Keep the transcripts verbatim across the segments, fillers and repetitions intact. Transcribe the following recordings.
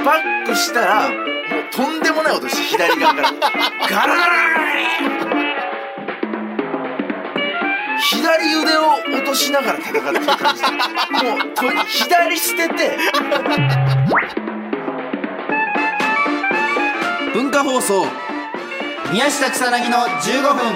バックしたらもうとんでもない音して左側からガラガラガラ左腕を落としながら戦ってる感じでもうと左捨てて文化放送宮下草薙のじゅうごふん。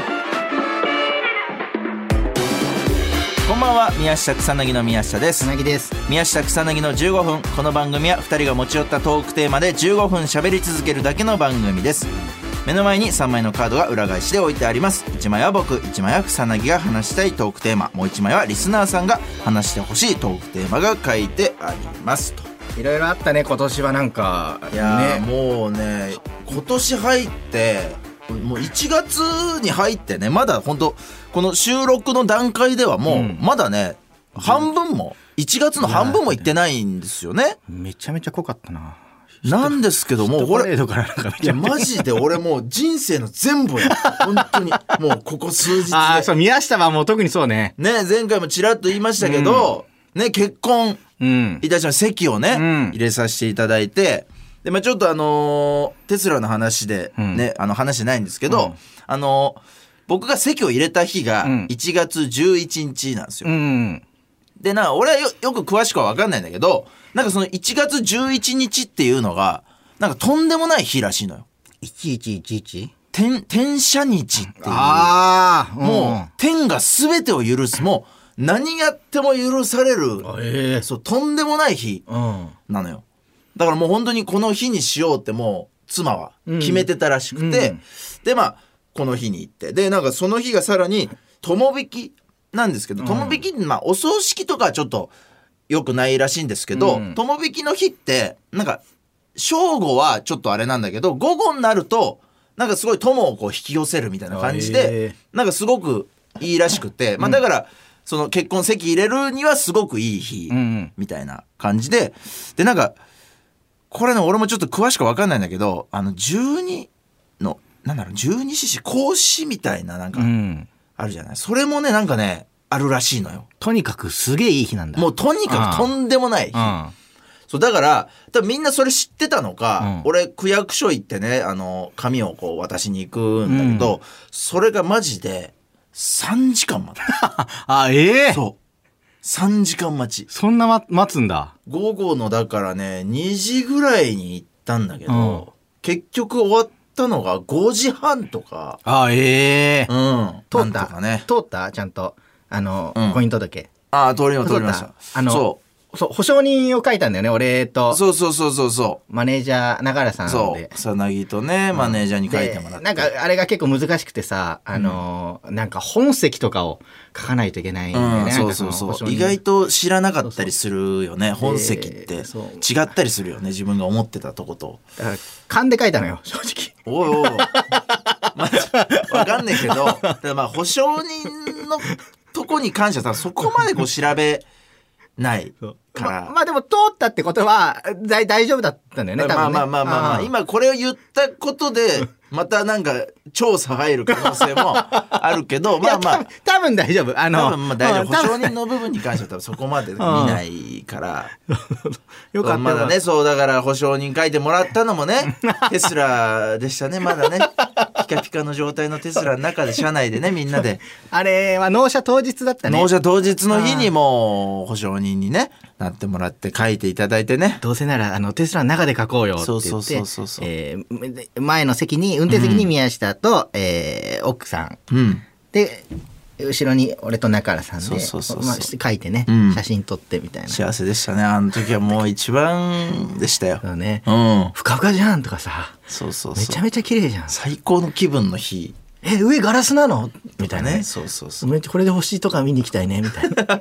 こんばんは、宮下草薙の宮下です。 草薙です。 宮下草薙のじゅうごふん。この番組はふたりが持ち寄ったトークテーマでじゅうごふん喋り続けるだけの番組です。目の前にさんまいのカードが裏返しで置いてあります。いちまいは僕、いちまいは草薙が話したいトークテーマ、もういちまいはリスナーさんが話してほしいトークテーマが書いてありますと。 いろいろあったね、今年は。なんかいやー、 ね、 もうね、今年入ってもういちがつに入ってね、まだ本当この収録の段階ではもう、うん、まだね、半分もいちがつの半分もいってないんですよね。 めちゃめちゃ濃かったな。 なんですけども、 俺いやマジで俺もう人生の全部や本当にもうここ数日で。 ああ、そう、宮下はもう特にそうね。 ね、前回もちらっと言いましたけど、うん、ね、結婚いたしました。席をね、うん、入れさせていただいて、で、まあちょっとあのー、テスラの話でね、うん、あの話じゃないんですけど、うん、あのー、僕が席を入れた日がいちがつじゅういちにちなんですよ。うん、で、な、俺は よ, よく詳しくは分かんないんだけど、なんかそのいちがつじゅういちにちっていうのがなんかとんでもない日らしいのよ。 いちいちいちいち？ 天天赦日っていう。 ああ、 もう天が全てを許す、もう何やっても許される、 えー、 そうとんでもない日なのよ。だからもう本当にこの日にしようってもう妻は決めてたらしくて、うん、でまあこの日に行って、でなんかその日がさらに友引きなんですけど、友引きまあお葬式とかはちょっとよくないらしいんですけど、友、うん、引きの日ってなんか正午はちょっとあれなんだけど、午後になるとなんかすごい友をこう引き寄せるみたいな感じで、なんかすごくいいらしくて、まあだからその結婚籍入れるにはすごくいい日みたいな感じで、でなんかこれね、俺もちょっと詳しく分かんないんだけど、あのじゅうにのなんだろう、十二獅子孔子みたいななんかあるじゃない、うん、それもねなんかねあるらしいのよ。 とにかくすげえいい日なんだ。 もうとにかくとんでもない日。そうだから多分みんなそれ知ってたのか、うん、俺区役所行ってね、あの紙をこう渡しに行くんだけど、うん、それがマジでさんじかん待った。 あ、ええー、 そうさんじかん待ち。 そんな、ま、待つんだ。 午後のだからねにじぐらいに行ったんだけど、うん、結局終わったのがごじはんとか。 あ、ええー、 うん、 通った、ね、通ったちゃんとあの、うん、婚姻届。 ああ、通りま通りました。 あのそうそう、保証人を書いたんだよね、俺と。 そうそうそうそうそう。 マネージャー、永原さんで。 そう。草薙とね、うん、マネージャーに書いてもらって。 なんか、あれが結構難しくてさ、あのー、うん、なんか本籍とかを書かないといけないんだよね。うん、 そうそうそう。意外と知らなかったりするよね、そうそう本籍って。違ったりするよね、自分が思ってたとこと。 だから、勘で書いたのよ、正直。 おいおい。まあ、わかんないけど、ただまあ、保証人のとこに関してはそこまでこう調べ、ないからま, まあでも通ったってことは大丈夫だったんだよね、多分ね。 まあまあまあまあ、まあ、今これを言ったことでまたなんか調査入る可能性もあるけどまあまあ多分大丈夫、あの多分まあ大丈夫、保証人の部分に関しては多分そこまで見ないからよかった。 まだね、そうだから保証人書いてもらったのもねテスラでしたね、まだねピカピカの状態のテスラの中で車内でねみんなであれは納車当日だったね。 納車当日の日にもう保証人にねなってもらって書いていただいてね、 どうせならあのテスラの中で書こうよって言って、そうそうそうそう、えー、前の席に運転席に宮下と、うん、えー、奥さん、うん、で後ろに俺と中原さんでそうそうそうそう、まあ、書いてね、うん、写真撮ってみたいな。 幸せでしたね、あの時はもう一番でしたよ。 そうね、うん、ふかふかじゃんとかさ、 そうそうそう、 めちゃめちゃ綺麗じゃん、 最高の気分の日。 え、上ガラスなのみたいなね。 そうそうそう、 これで星とか見に行きたいねみたいな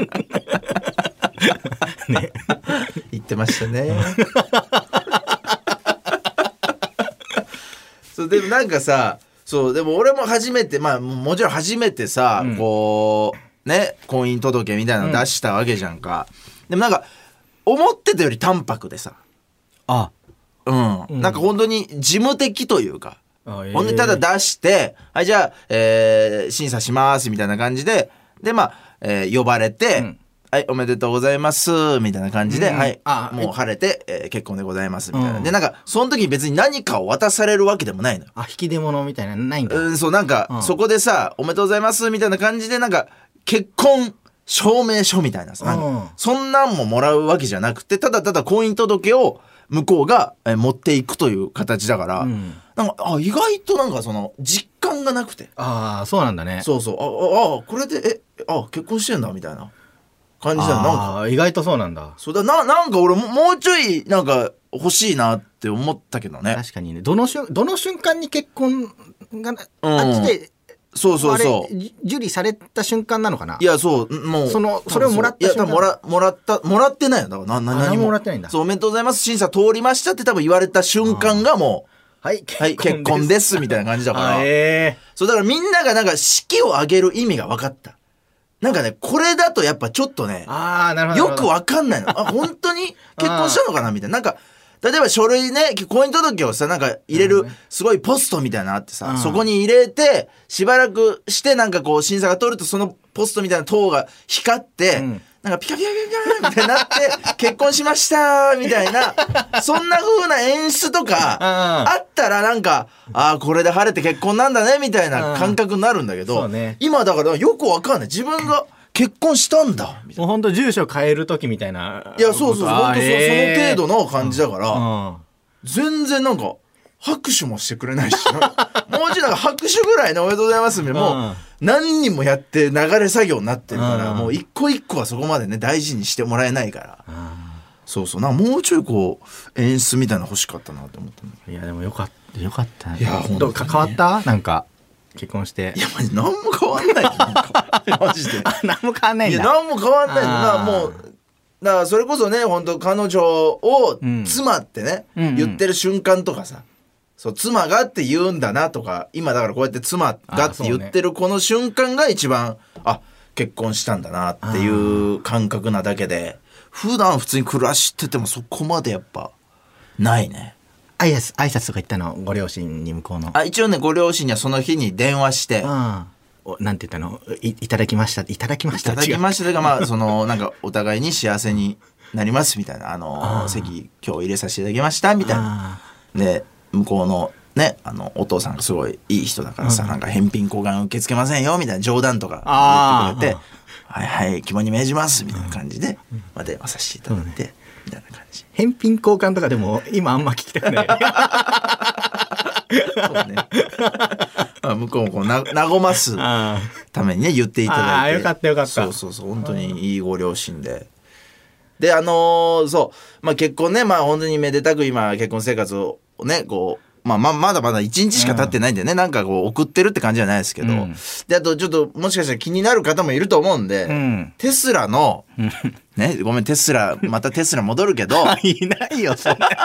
ね、 言ってましたねそうでもなんかさ、そうでも俺も初めて、まあもちろん初めてさ、うん、こうね婚姻届みたいなの出したわけじゃんか、うん、でもなんか思ってたより淡白でさ、 あ、 うん、うん、なんか本当に事務的というか、ほんでただ出してはいじゃあ、えー、審査しますみたいな感じででまあ、えー、呼ばれて、うん、 はいおめでとうございますみたいな感じで、うん、はいあもう晴れて、えー、結婚でございますみたいな、うん、でなんかその時に別に何かを渡されるわけでもないのよ。 あ引き出物みたいなのないんだ。 うんそうなんか、うん、そこでさおめでとうございますみたいな感じでなんか結婚証明書みたいなさ、うん、そんなんももらうわけじゃなくてただただ婚姻届を向こうが持っていくという形だから、うん、なんかあ意外となんかその実感がなくてああそうなんだね。 そうそうああこれでえあ結婚してんだみたいな感じだよ。なんか意外とそうなんだ。 そうだななんか俺ももうちょいなんか欲しいなって思ったけどね。 確かにねどの瞬どの瞬間に結婚が、うん、あっちでそうそうそう受理された瞬間なのかな。 いやそうもうそのそれをもらった瞬間。 いやもらもらったもらってないよだからな何ももらってないんだ。 そうおめでとうございます審査通りましたって多分言われた瞬間がもうはい結婚です、はい、結婚ですみたいな感じだからそうだからみんながなんか式を挙げる意味が分かった。なんかねこれだとやっぱちょっとねあなるほどよく分かんないのあ本当に結婚したのかなみたいななんか例えば書類ね婚姻届をさなんか入れるすごいポストみたいなのあってさ、うん、そこに入れてしばらくしてなんかこう審査が通るとそのポストみたいな塔が光って、うん、なんかピカピカピカピカみたいになって結婚しましたみたいなそんな風な演出とかあったらなんかああこれで晴れて結婚なんだねみたいな感覚になるんだけど、ね、今だからよくわかんない自分が結婚したんだみたいな。 もうほんと住所変える時みたいな。 いやそうそうそうほんと そ, その程度の感じだから、うんうん、全然なんか拍手もしてくれないしもうちょいなんか拍手ぐらいねおめでとうございますみたいな、うん、もう何人もやって流れ作業になってるから、うん、もう一個一個はそこまでね大事にしてもらえないから、うん、そうそうなんかもうちょいこう演出みたいなの欲しかったなって思った。 いやでもよかったよかったね。 いやほんと変わったなんか結婚して。 いやマジ何も変わんないなんかマジで何も変わんないんだ。 いや何も変わんないなもうだからそれこそね本当彼女を妻ってね、うん、言ってる瞬間とかさ、そう妻がって言うんだなとか今だからこうやって妻がって言ってるこの瞬間が一番 あ, あ結婚したんだなっていう感覚なだけで普段普通に暮らしててもそこまでやっぱないね。 挨拶挨拶とか言ったのご両親に向こうの。 あ一応ねご両親にはその日に電話して、うん、 おなんて言ったの い, いただきましたいただきましたいただきましたというかまあそのなんかお互いに幸せになりますみたいなあのあ席今日入れさせていただきましたみたいなで向こうのねあのお父さんがすごいいい人だからさ、うん、なんか返品交換受け付けませんよみたいな冗談とか言ってくれてはいはい肝に銘じますみたいな感じで、うんまあ、電話させていただいて、うんみたいな感じ。 返品交換とかでも今あんま聞きたくないそうね向こうもこうな和ますためにね言っていただいてあよかったよかったそうそうそう本当にいいご両親でであのー、そうまあ結婚ねまあ本当にめでたく今結婚生活をねこうまあ、ままだまだいちにちしか経ってないんでね、うん、なんかこう送ってるって感じじゃないですけど、うん、であとちょっともしかしたら気になる方もいると思うんで、うん、テスラのねごめんテスラまたテスラ戻るけどいないよそんな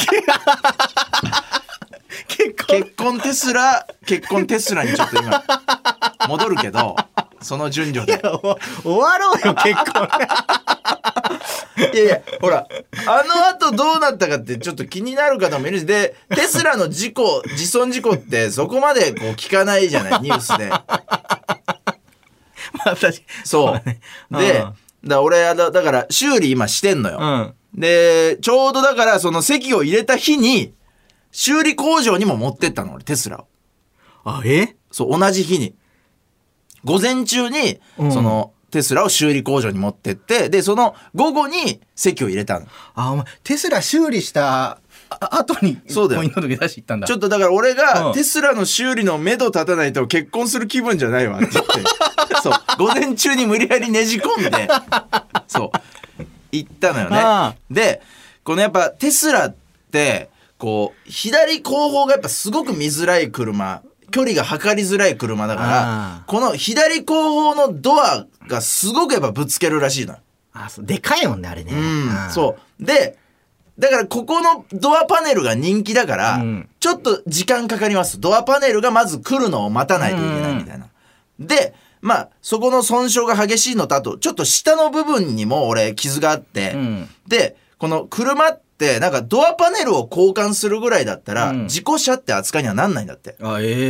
結婚結婚テスラ結婚テスラにちょっと今戻るけどその順序で終わろうよ結婚いやいやほらあの後どうなったかってちょっと気になる方もいるしでテスラの事故自損事故ってそこまでこう聞かないじゃないニュースでまあ確かにそう、ね、でだ俺だだから修理今してんのよ、うん、でちょうどだからその籍を入れた日に修理工場にも持ってったの俺テスラをあえそう同じ日に午前中に、うん、そのテスラを修理工場に持ってってでその午後に籍を入れたの。 あお前テスラ修理した後にそうだよ婚姻届出し行ったんだ。 ちょっとだから俺が、うん、テスラの修理の目処立たないと結婚する気分じゃないわって言ってそう午前中に無理やりねじ込んでそう行ったのよね。でこのやっぱテスラってこう左後方がやっぱすごく見づらい車距離が測りづらい車だからこの左後方のドアがすごくやっぱぶつけるらしいの。 あそうでかいもんねあれね。 うんそうでだからここのドアパネルが人気だから、うん、ちょっと時間かかります。ドアパネルがまず来るのを待たないといけないみたいな。でまあそこの損傷が激しいのとあとちょっと下の部分にも俺傷があって、うん、でこの車ってなんかドアパネルを交換するぐらいだったら、うん、事故車って扱いにはなんないんだって。 あえ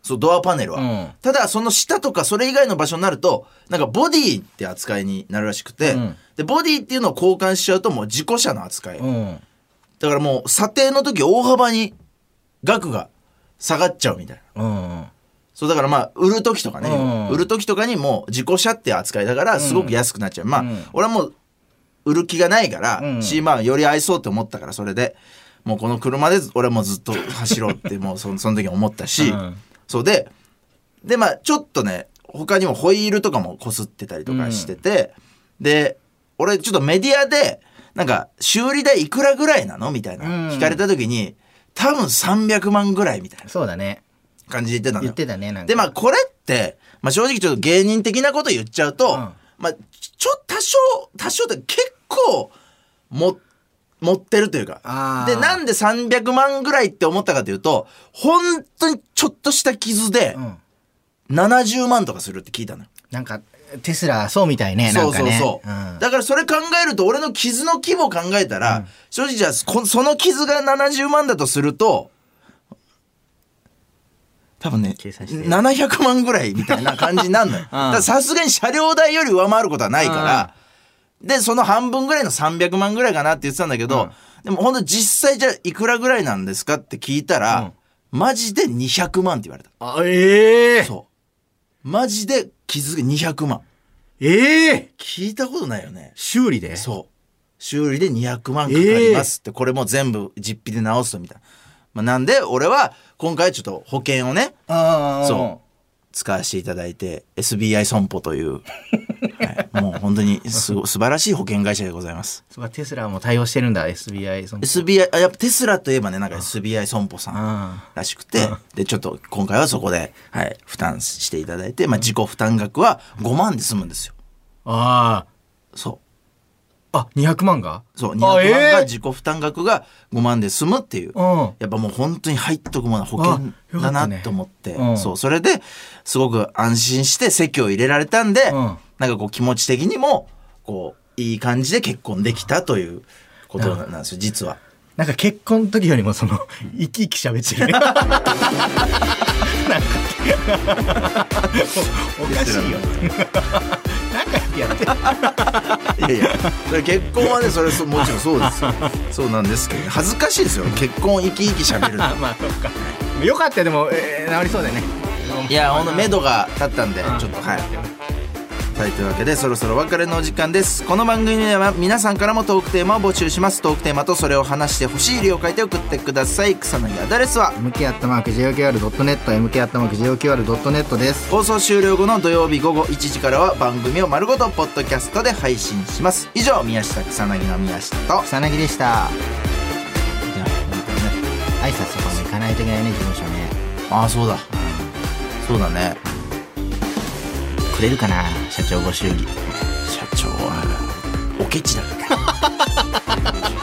そうドアパネルは、うん、ただその下とかそれ以外の場所になるとなんかボディって扱いになるらしくて、うん、でボディっていうのを交換しちゃうともう事故車の扱い、うん、だからもう査定の時大幅に額が下がっちゃうみたいな、うん、そうだからまあ売る時とかね、うん、売る時とかにもう事故車って扱いだからすごく安くなっちゃう、うん、まあ、うん、俺はもう売る気がないから、うん、しまあより愛そうって思ったからそれでもうこの車で俺はもうずっと走ろうってもうその、その時思ったし、うんそうで、で、まあちょっとね、他にもホイールとかも擦ってたりとかしてて、うん、で、俺ちょっとメディアで、なんか修理代いくらぐらいなのみたいな、うん、聞かれた時に、多分さんびゃくまんぐらいみたいな。 そうだね。 感じで言ってたのよ。 言ってたね、なんか。 で、まあこれって、まあ正直ちょっと芸人的なこと言っちゃうと、うん、まあちょ、多少、多少って結構、も、持ってるというか。で、なんでさんびゃくまんぐらいって思ったかというと、本当にちょっとした傷で、ななじゅうまんとかするって聞いたのよ。 なんか、テスラ、そうみたいね。 そうそうそう。うん、だからそれ考えると、俺の傷の規模考えたら、うん、正直じゃあ、その傷がななじゅうまんだとすると、多分ね、ななひゃくまんぐらいみたいな感じになるのよ。さすがに車両代より上回ることはないから、で、その半分ぐらいのさんびゃくまんぐらいかなって言ってたんだけど、うん、でも本当実際じゃあいくらぐらいなんですかって聞いたら、うん、マジでにひゃくまんって言われた。 あ、ええー、 そう。マジで傷がにひゃくまん。 ええー、 聞いたことないよね。 修理で？ そう。修理でにひゃくまんかかりますって、えー、これも全部実費で直すとみたいな。まあ、なんで俺は今回ちょっと保険をね、あそう。使わせていただいて エスビーアイ 損保という、はい、もう本当にすご素晴らしい保険会社でございます。 そうか、テスラも対応してるんだ エスビーアイ 損保。 エスビーアイ あやっぱテスラといえばねなんか エスビーアイ 損保さんらしくて、でちょっと今回はそこで、はい、負担していただいて、まあ、自己負担額はごまんで済むんですよ。 ああそうあ、にひゃくまんがそうにひゃくまんが自己負担額がごまんで済むっていう、やっぱもう本当に入っとくものは保険だなと思って、ね、そうそれですごく安心して籍を入れられたんで、うん、なんかこう気持ち的にもこういい感じで結婚できたということなんですよ実は。 なんか結婚の時よりもその生き生き喋ってるねなんかおかしいよ仲良くやっていやいやそれ結婚はねそれそもちろんそうですよそうなんですけど、ね、恥ずかしいですよ結婚生き生き喋るのまあそうかよかったよでも、えー、治りそうだよね。 いやほんと目処が立ったんでちょっとはいはい、というわけでそろそろお別れのお時間です。この番組では皆さんからもトークテーマを募集します。トークテーマとそれを話してほしい理由を書いて送ってください。草薙アドレスはエムケーアットマークジェーオーキューアールドットネット エムケーアットマークジェーオーキューアールドットネット です。 放送終了後の土曜日午後いちじからは番組を丸ごとポッドキャストで配信します。以上宮下草薙の宮下と草薙でした。いや本当にね挨拶とかも行かないといけないね事務所ね。 ああそうだ、うん、そうだね。 くれるかな社長ご祝儀。 社長はおケチだから